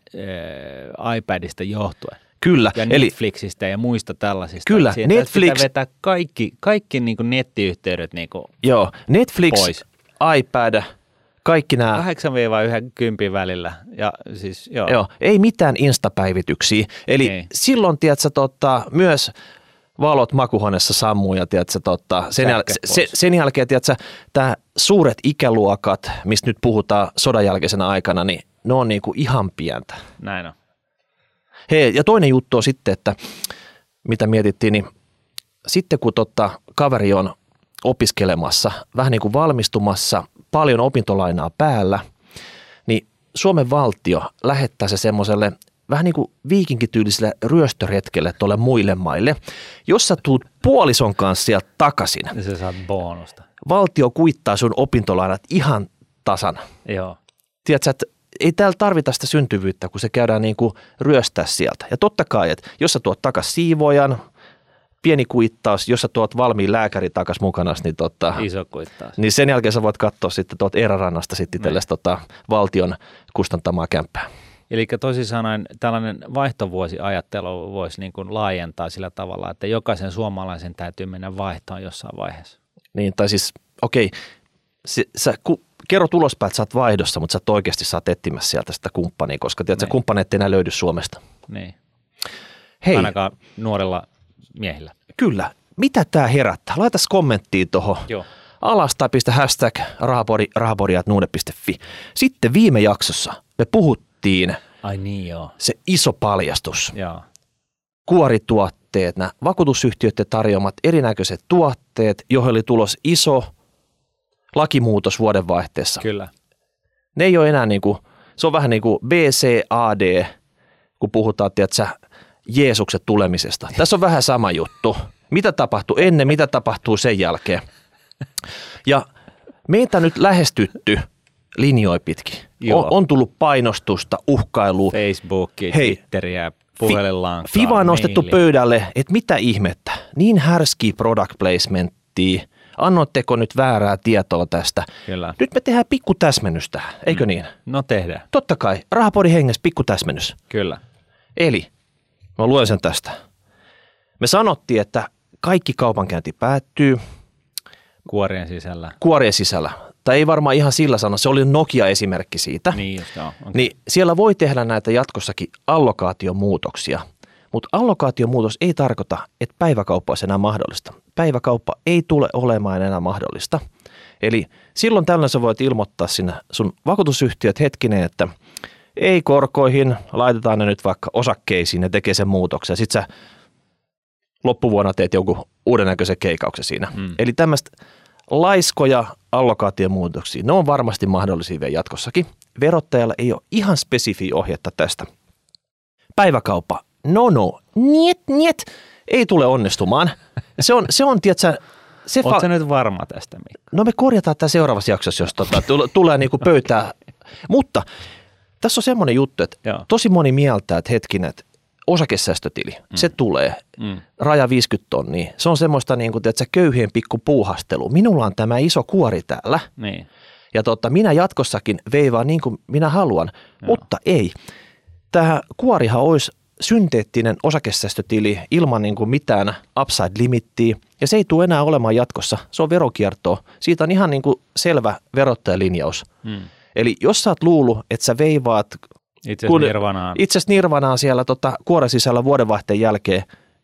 e, iPadista johtuen. Kyllä. Ja Netflixistä eli, ja muista tällaisista. Kyllä. Siitä Netflix. Pitää vetää kaikki, kaikki niin kuin nettiyhteydet niin kuin joo, Netflix, pois. iPad, kaikki nämä. kahdeksan kymmenen välillä. Ja siis, joo. Joo, ei mitään instapäivityksiä. Eli ei. Silloin, tiedätkö, tota, myös valot makuuhuoneessa sammuu ja tiedätkö, tota, sen, jäl- se, sen jälkeen, tiedätkö, tämä suuret ikäluokat, mistä nyt puhutaan sodan jälkeisenä aikana, niin ne on niinku ihan pientä. Näin on. Hei, ja toinen juttu on sitten, että mitä mietittiin, niin sitten kun totta, kaveri on opiskelemassa, vähän niin kuin valmistumassa, paljon opintolainaa päällä, niin Suomen valtio lähettää se semmoiselle vähän niin kuin viikinkityyliselle ryöstöretkelle tuolle muille maille, jos sä tuut puolison kanssa sieltä takaisin. Ja sä saat bonusta. Valtio kuittaa sun opintolainat ihan tasan. Joo. Tiedätkö, että ei täällä tarvita sitä syntyvyyttä, kun se käydään niin kuin ryöstää sieltä. Ja totta kai, että jos sä tuot takas siivojan, pieni kuittaus, jos sä tuot valmiin lääkäri takas mukana, niin, tota, iso kuittaus. Niin sen jälkeen sä voit katsoa sitten tuot Eerarannasta sitten itsellesi tota, valtion kustantamaa kämppää. Eli toisin sanoen tällainen vaihtovuosiajattelu voisi niin kuin laajentaa sillä tavalla, että jokaisen suomalaisen täytyy mennä vaihtoon jossain vaiheessa. Niin, tai siis okei, okay, sä ku, kerrot ulospäin, että sä oot vaihdossa, mutta sä et oikeasti saat etsimässä sieltä sitä kumppania, koska tiedät, niin. Kumppaneet ei enää löydy Suomesta. Niin. Hei. Ainakaan nuorilla miehillä. Kyllä. Mitä tää herättää? Laitas kommenttiin tuohon. Alas tai pistä hashtag rahapori, rahaporiat nuude piste fi. Sitten viime jaksossa me puhuttiin Ai niin joo. se iso paljastus. Joo. Kuorituotteet, nämä vakuutusyhtiöiden tarjoamat erinäköiset tuotteet, joihin oli tulos iso lakimuutos vuodenvaihteessa. Kyllä. Ne ei ole enää niin kuin, se on vähän niin kuin B C A D, kun puhutaan, tiedätkö, Jeesuksen tulemisesta. Tässä on vähän sama juttu. Mitä tapahtuu ennen, mitä tapahtuu sen jälkeen. Ja meitä nyt lähestytty linjoi pitkin. On, on tullut painostusta, uhkailua. Facebookia, Hei, Twitteriä, puhelinlankaa. Fiva on nostettu mailia pöydälle, että mitä ihmettä. Niin härski product placementtia. Annoitteko nyt väärää tietoa tästä? Kyllä. Nyt me tehdään pikku täsmennys tähän, eikö mm. niin? No tehdään. Totta kai. Rahapodin hengessä pikku täsmennys. Kyllä. Eli, mä luen sen tästä. Me sanottiin, että kaikki kaupankäynti päättyy kuorien sisällä. Kuorien sisällä. Tai ei varmaan ihan sillä sanoa, se oli Nokia-esimerkki siitä. Niin just, joo. Okay. Niin siellä voi tehdä näitä jatkossakin allokaatiomuutoksia. Mutta allokaatiomuutos ei tarkoita, että päiväkauppa olisi enää mahdollista. Päiväkauppa ei tule olemaan enää mahdollista. Eli silloin tällöin sä voit ilmoittaa sinne sun vakuutusyhtiöt hetkinen, että ei korkoihin, laitetaan ne nyt vaikka osakkeisiin ja tekee sen muutoksen. Sitten sä loppuvuonna teet jonkun uuden näköisen keikauksen siinä. Mm. Eli tämmöistä laiskoja allokaatiomuutoksia, ne on varmasti mahdollisia vielä jatkossakin. Verottajalla ei ole ihan spesifiä ohjetta tästä. Päiväkauppa, no no, niet, niet, ei tule onnistumaan. Se on, se on tiedätkö, se Oletko fa- nyt varma tästä, Mikko? No me korjataan tämä seuraavassa jaksossa, jos tota, tulee niinku pöytää. Mutta tässä on semmoinen juttu, että Joo. tosi moni mieltää, että hetkinen, että osakesäästötili, mm. se tulee, mm. raja viisikymmentä tonnia. Se on semmoista niin kuin, tiedätkö, köyhien pikku puuhastelu. Minulla on tämä iso kuori täällä. Niin. Ja totta, minä jatkossakin veivaan niin kuin minä haluan, Joo. mutta ei. Tämä kuorihan olisi synteettinen osakesäästötili ilman niin kuin mitään upside-limittiä, ja se ei tule enää olemaan jatkossa. Se on verokiertoa. Siitä on ihan niin kuin selvä verottajalinjaus. Mm. Eli jos sä oot luullut, että sä veivaat Itse asiassa nirvanaa. Itse asiassa nirvanaa siellä tota, kuoren sisällä vuodenvaihteen jälkeen.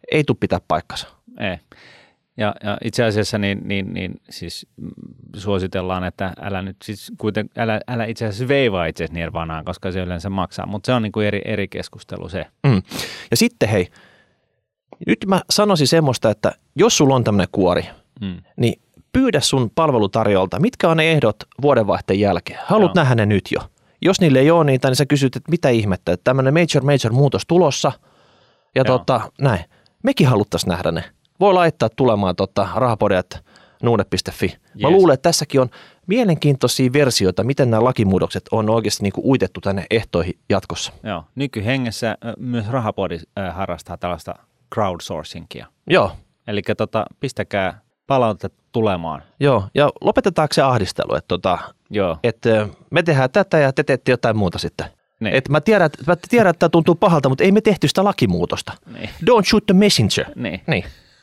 ei tule pitää paikkansa. Ei. Ja, ja itse asiassa niin, niin, niin siis suositellaan, että älä nyt siis kuiten, älä, älä itse asiassa veivaa itse asiassa nirvanaan, koska se yleensä maksaa, mutta se on niin kuin eri, eri keskustelu se. Mm. Ja sitten hei, nyt mä sanoisin semmoista, että jos sulla on tämmöinen kuori, mm. niin pyydä sun palvelutarjolta, mitkä on ne ehdot vuodenvaihteen jälkeen. Haluat Joo. nähdä ne nyt jo. Jos niille ei ole niitä, niin sä kysyt, että mitä ihmettä, että tämmöinen major major muutos tulossa ja tota, näin. Mekin haluttaisiin nähdä ne. Voi laittaa tulemaan tota, rahapodiat nuude piste fi. Yes. Mä luulen, että tässäkin on mielenkiintoisia versioita, miten nämä lakimuutokset on oikeasti niin kuin uitettu tänne ehtoihin jatkossa. Joo, nykyhengessä myös Rahapodi äh, harrastaa tällaista crowdsourcingia. Joo. Eli tota, pistäkää palautetta tulemaan. Joo, ja lopetetaanko se ahdistelu, että tota, et, me tehdään tätä ja te teette jotain muuta sitten. Niin. Et mä tiedän, mä tiedän, että tämä tuntuu pahalta, mutta ei me tehty sitä lakimuutosta. Niin. Don't shoot the messenger. Niin. niin.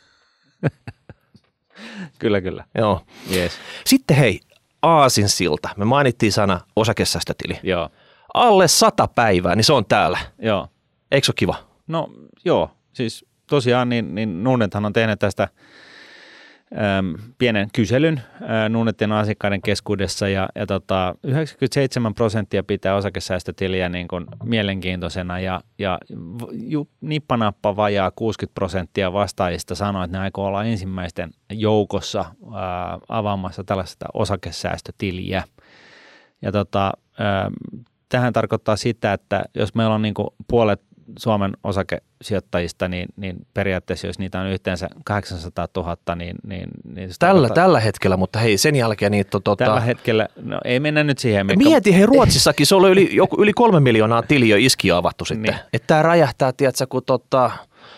Kyllä, kyllä. Joo. Yes. Sitten hei, aasinsilta. Me mainittiin sana osakesäästötili. Joo. Alle sata päivää, niin se on täällä. Joo. Eikö se ole kiva? No joo, siis tosiaan niin, niin Nordnethan on tehnyt tästä äm, pienen kyselyn ä, Nordnetin asiakkaiden keskuudessa ja, ja tota, yhdeksänkymmentäseitsemän prosenttia pitää osakesäästötiliä niin kuin mielenkiintoisena ja, ja ju, nippanappa vajaa kuusikymmentä prosenttia vastaajista sanoo, että ne aikoo olla ensimmäisten joukossa ä, avaamassa tällaista osakesäästötiliä. Ja tota, ä, tähän tarkoittaa sitä, että jos meillä on niin kuin puolet Suomen osakesijoittajista, niin, niin periaatteessa, jos niitä on yhteensä kahdeksansataatuhatta, niin... niin, niin tällä, tarkoittaa, tällä hetkellä, mutta hei, sen jälkeen niitä on... Tota... Tällä hetkellä, no ei mennä nyt siihen. Mieti, hei Ruotsissakin, se oli yli, joku, yli kolme miljoonaa tiliä iskiä avattu sitten. Niin. Että tämä räjähtää, tiedätkö, kun tota...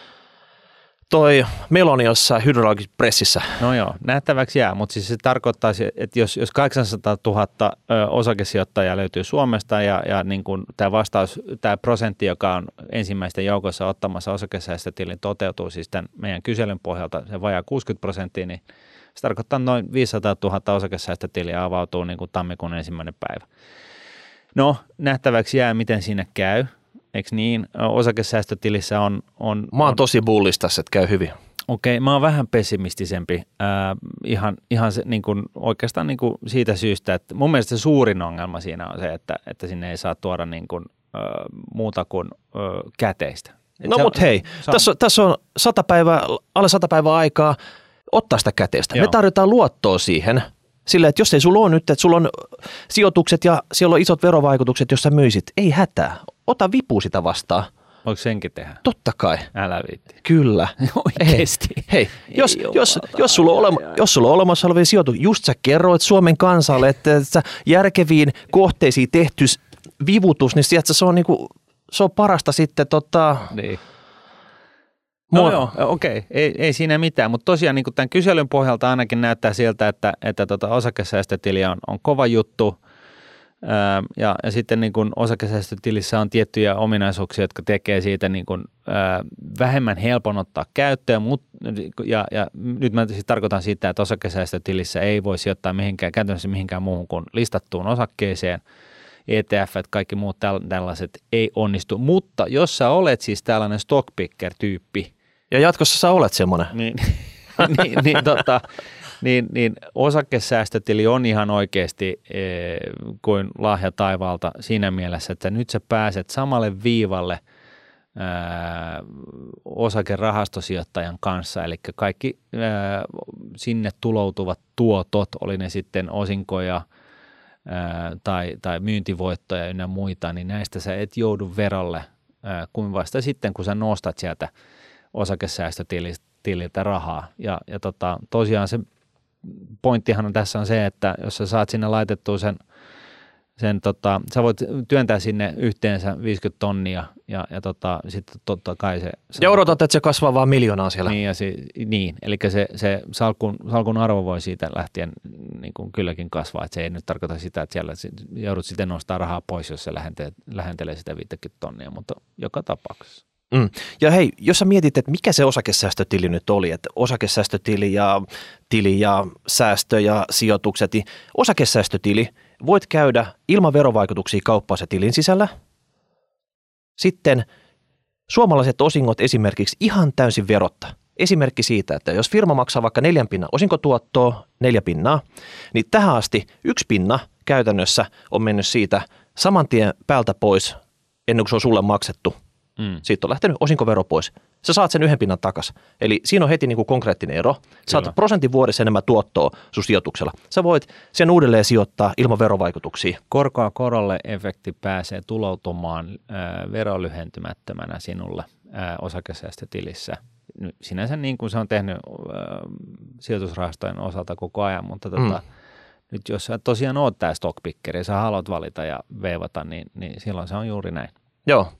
toi meloni jossain hydrologisessa pressissä. No joo, nähtäväksi jää, mutta siis se tarkoittaa, että jos, jos kahdeksansataatuhatta osakesijoittajaa löytyy Suomesta ja, ja niin kuin tämä vastaus, tämä prosentti, joka on ensimmäisten joukossa ottamassa osakesäästötilin, toteutuu siis tämän meidän kyselyn pohjalta, se vajaa kuusikymmentä prosenttia, niin se tarkoittaa noin viisisataatuhatta osakesäästötiliä avautuu niin kuin tammikuun ensimmäinen päivä. No, nähtäväksi jää, miten siinä käy. Eikö niin? Osakesäästötilissä on... on mä oon on, tosi bullis tässä, että käy hyvin. Okei, okay, mä oon vähän pessimistisempi. Äh, ihan ihan se, niin kuin, oikeastaan niin kuin siitä syystä, että mun mielestä se suurin ongelma siinä on se, että, että sinne ei saa tuoda niin kuin, äh, muuta kuin äh, käteistä. Et no se, mut hei, on, tässä, on, tässä on sata päivää, alle sata päivää aikaa ottaa sitä käteistä. Joo. Me tarjotaan luottoa siihen. Sillä, että jos ei sulla ole nyt, että sulla on sijoitukset ja siellä on isot verovaikutukset, jos sä myisit, ei hätää. Ota vipu sitä vastaan. Voiko senkin tehdä? Totta kai. Älä viitti. Kyllä. Oikeesti. Hei, hei jos, jos, jos, sulla on olema, jos sulla on olemassa olevia sijoituksia, just sä kerroit Suomen kansalle, että sä järkeviin kohteisiin tehty vivutus, niin sieltä se on, niinku, se on parasta sitten tota... Niin. No Mo- joo, okei, ei, ei siinä mitään, mutta tosiaan niin tämän kyselyn pohjalta ainakin näyttää siltä, että, että tota osakesäästötili on, on kova juttu ää, ja, ja sitten niin kuin osakesäästötilissä on tiettyjä ominaisuuksia, jotka tekee siitä niin kuin, ää, vähemmän helpon ottaa käyttöön, mut, ja, ja nyt mä siis tarkoitan sitä, että osakesäästötilissä ei voi sijoittaa mihinkään, käytännössä mihinkään muuhun kuin listattuun osakkeeseen. E T F, kaikki muut tällaiset ei onnistu, mutta jos sä olet siis tällainen stockpicker-tyyppi, ja jatkossa sä olet semmoinen. Niin, niin, niin, tota, niin, niin osakesäästötili on ihan oikeasti e, kuin lahja taivaalta siinä mielessä, että nyt sä pääset samalle viivalle ää, osakerahastosijoittajan kanssa, eli kaikki ää, sinne tuloutuvat tuotot, oli ne sitten osinkoja ää, tai, tai myyntivoittoja ynnä muita, niin näistä sä et joudu verolle ää, kuin vasta sitten, kun sä nostat sieltä osakesäästötililtä rahaa. Ja, ja tota, tosiaan se pointtihan on tässä on se, että jos sä saat sinne laitettua sen, sen tota, sä voit työntää sinne yhteensä viisikymmentä tonnia ja, ja tota, sitten totta kai se... Ja odotat, että se kasvaa vaan miljoonaa siellä. Niin, ja se, niin eli se, se salkun, salkun arvo voi siitä lähtien niin kuin kylläkin kasvaa, että se ei nyt tarkoita sitä, että siellä joudut sitten nostaa rahaa pois, jos se lähentelee, lähentelee sitä viisikymmentä tonnia, mutta joka tapauksessa. Mm. Ja hei, jos sä mietit, että mikä se osakesäästötili nyt oli, että osakesäästötili ja tili ja säästö ja sijoitukset, niin osakesäästötili voit käydä ilman verovaikutuksia kauppaa se tilin sisällä. Sitten suomalaiset osingot esimerkiksi ihan täysin verotta. Esimerkki siitä, että jos firma maksaa vaikka neljän pinnan osinkotuottoa, neljä pinnaa, niin tähän asti yksi pinna käytännössä on mennyt siitä saman tien päältä pois ennen kuin se on sulle maksettu. Mm. Siitä on lähtenyt osinkovero pois. Sä saat sen yhden pinnan takas. Eli siinä on heti niin kuin konkreettinen ero. Sä saat prosentin vuodessa enemmän tuottoa sun sijoituksella. Sä voit sen uudelleen sijoittaa ilman verovaikutuksia. Korkoa korolle efekti pääsee tuloutumaan äh, verolyhentymättömänä sinulle äh, osakesäästötilissä. Sinänsä niin kuin se on tehnyt äh, sijoitusrahastojen osalta koko ajan, mutta tota, mm. nyt jos sä tosiaan oot tää stockpickeri ja sä haluat valita ja veivata, niin, niin silloin se on juuri näin. Joo.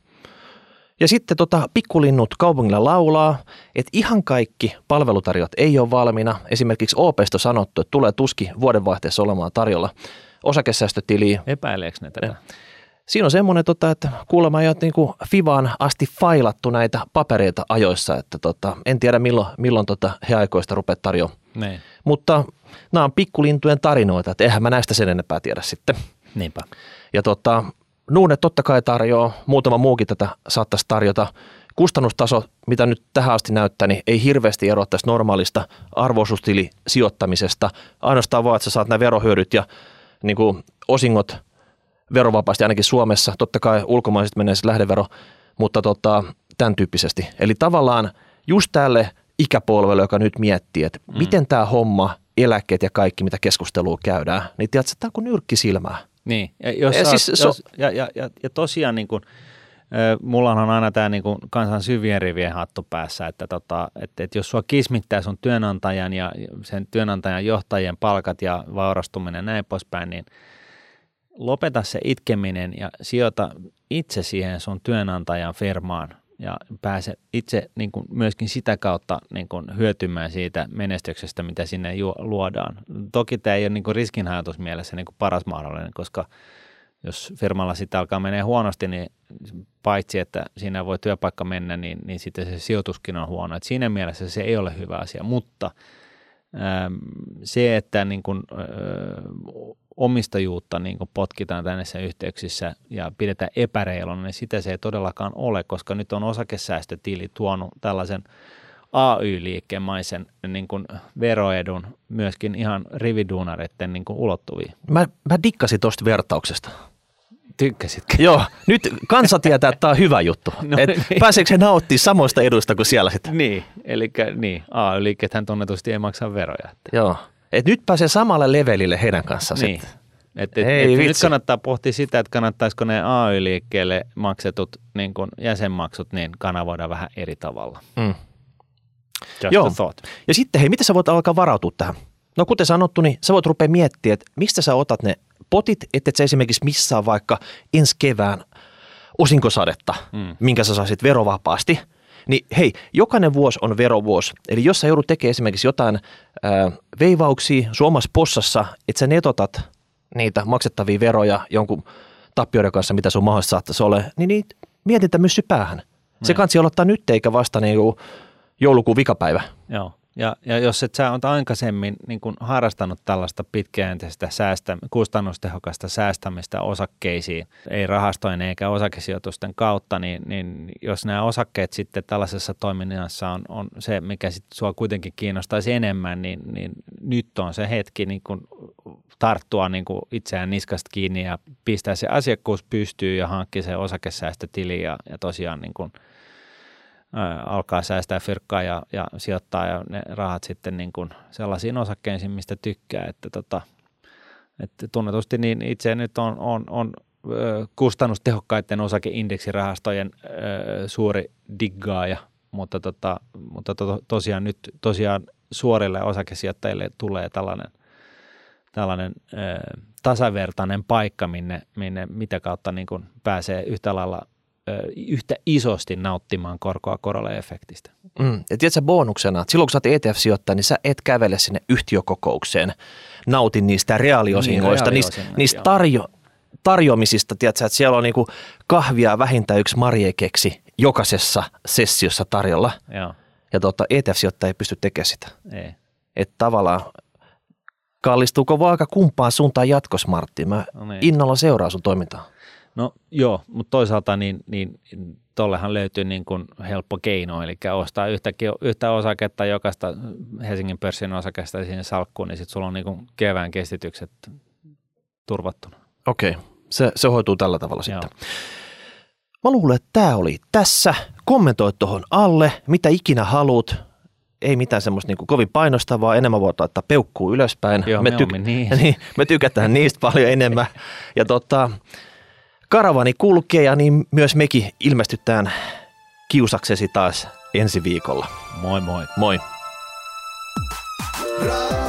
Ja sitten tota, pikkulinnut kaupungilla laulaa, että ihan kaikki palvelutarjot ei ole valmiina. Esimerkiksi O P:stä on sanottu, että tulee tuski vuodenvaihteessa olemaan tarjolla osakesäästötiliä. Epäileekö ne tätä? Siinä on semmoinen, tota, että kuulemma ei ole niin kuin Fivaan asti failattu näitä papereita ajoissa, että tota, en tiedä milloin, milloin tota he aikoista rupeat tarjoamaan. Nein. Mutta nämä on pikkulintujen tarinoita, että eihän mä näistä sen enempää tiedä sitten. Niinpä. Ja tota, Nordnet totta kai tarjoaa, muutama muukin tätä saattaisi tarjota. Kustannustaso, mitä nyt tähän asti näyttää, niin ei hirveästi eroa tästä normaalista arvo-osuustilisijoittamisesta. Ainoastaan vaan, että sä saat nämä verohyödyt ja niin kuin osingot verovapaasti ainakin Suomessa. Totta kai ulkomaiset menee sitten lähdevero, mutta tota, tämän tyyppisesti. Eli tavallaan just tälle ikäpolvelle, joka nyt miettii, että mm. miten tämä homma, eläkkeet ja kaikki, mitä keskustelua käydään, niin tiedätkö, tämä on kuin nyrkki silmää. Niin, ja, jos ja, siis, oot, jos, ja, ja, ja, ja tosiaan niin kuin, äh, mulla on aina tämä niin kuin kansan syvien rivien hattu päässä, että, tota, että, että jos sua kismittää sun työnantajan ja sen työnantajan johtajien palkat ja vaurastuminen ja näin poispäin, niin lopeta se itkeminen ja sijoita itse siihen sun työnantajan firmaan ja pääse itse niin kuin myöskin sitä kautta niin kuin hyötymään siitä menestyksestä, mitä sinne ju- luodaan. Toki tämä ei ole niin kuin riskinhajoitusmielessä niin kuin paras mahdollinen, koska jos firmalla sitä alkaa menee huonosti, niin paitsi että siinä voi työpaikka mennä, niin, niin sitten se sijoituskin on huono. Et siinä mielessä se ei ole hyvä asia, mutta ähm, se, että niin kuin, äh, omistajuutta niin kuin potkitaan tällaisissa yhteyksissä ja pidetään epäreiluna, niin sitä se ei todellakaan ole, koska nyt on osakesäästötili tuonut tällaisen A Y-liikkeemaisen niin kuin veroedun myöskin ihan rividuunareiden niin kuin ulottuviin. Mä, mä dikkasin tuosta vertauksesta. Tykkäsitkö? Joo, nyt kansa tietää, että tämä on hyvä juttu. No, et niin. Pääseekö he nauttimaan samoista eduista kuin siellä sitten? Niin, eli niin, A Y-liikkeethän tunnetusti ei maksa veroja. Että. Joo, et nyt pääsee samalle levelille heidän kanssaan niin. sitten. Et, et, et nyt kannattaa pohtia sitä, että kannattaisiko ne A Y-liikkeelle maksetut niin kun jäsenmaksut niin kanavoida vähän eri tavalla. Mm. Just Joo. a thought. Ja sitten hei, miten sä voit alkaa varautua tähän? No kuten sanottu, niin sä voit rupea miettimään, että mistä sä otat ne potit, että et sä esimerkiksi missaa vaikka ensi kevään osinkosadetta, mm. minkä sä saisit verovapaasti. Niin hei, jokainen vuosi on verovuosi. Eli jos sä joudut tekemään esimerkiksi jotain ää, veivauksia suomassa possassa, että sä netotat niitä maksettavia veroja jonkun tappioiden kanssa, mitä sun mahdollisesti saattaisi olla, niin niitä mietintä myssy päähän. Se kansi aloittaa nyt eikä vasta niin joulukuun vikapäivä. Joo, ja, ja jos et sä oot aikaisemmin niin kun harrastanut tällaista pitkäjänteistä säästä, kustannustehokasta säästämistä osakkeisiin, ei rahastojen eikä osakesijoitusten kautta, niin, niin jos nämä osakkeet sitten tällaisessa toiminnassa on, on se, mikä sitten sua kuitenkin kiinnostaisi enemmän, niin, niin nyt on se hetki niin kun tarttua niin kuin itseään niskasta kiinni ja pistää se asiakkuus pystyyn ja hankkia se osakesäästötili ja, ja tosiaan niin kuin, ä, alkaa säästää fyrkkaa ja, ja sijoittaa ja ne rahat sitten niin kuin sellaisiin osakkeisiin, mistä tykkää. Että, tota, että tunnetusti niin itse nyt on, on, on ö, kustannustehokkaiden osakeindeksirahastojen ö, suuri diggaaja, mutta, tota, mutta to, tosiaan nyt tosiaan suorille osakesijoittajille tulee tällainen tällainen ö, tasavertainen paikka, minne, minne mitä kautta niin kuin pääsee yhtä lailla ö, yhtä isosti nauttimaan korkoa korolle efektistä. Mm. Ja tiedätkö bonuksena, että silloin kun sä oot E T F-sijoittaja, niin sä et kävele sinne yhtiökokoukseen, nautin niistä reaaliosingoista, niin, niistä, niistä tarjo, tarjoamisista, tiedätkö, että siellä on niinku kahvia vähintään yksi marjekeksi jokaisessa sessiossa tarjolla. Joo. Ja tota, E T F-sijoittaja ei pysty tekemään sitä. Ei. Että tavallaan kallistuuko vaaka kumpaan suuntaan jatkos, Martti? Mä no niin. innolla seuraan sun toimintaa. No joo, mutta toisaalta niin, niin tollehan löytyy niin kuin helppo keino, eli ostaa yhtäkin, yhtä osaketta jokaista Helsingin pörssin osakesta sinne salkkuun, niin sitten sulla on niin kuin kevään kestitykset turvattuna. Okei, se, se hoituu tällä tavalla Joo. sitten. Mä luulen, että tämä oli tässä. Kommentoi tuohon alle, mitä ikinä haluat. Ei mitään semmoista niin kuin kovin painostavaa, enemmän voit laittaa peukkuu ylöspäin. Joo, me, me, tyk- niin. niin, me tykätään niistä paljon enemmän. Ja tota, karavani kulkee ja niin myös mekin ilmestytään kiusaksesi taas ensi viikolla. Moi moi. Moi. Ra-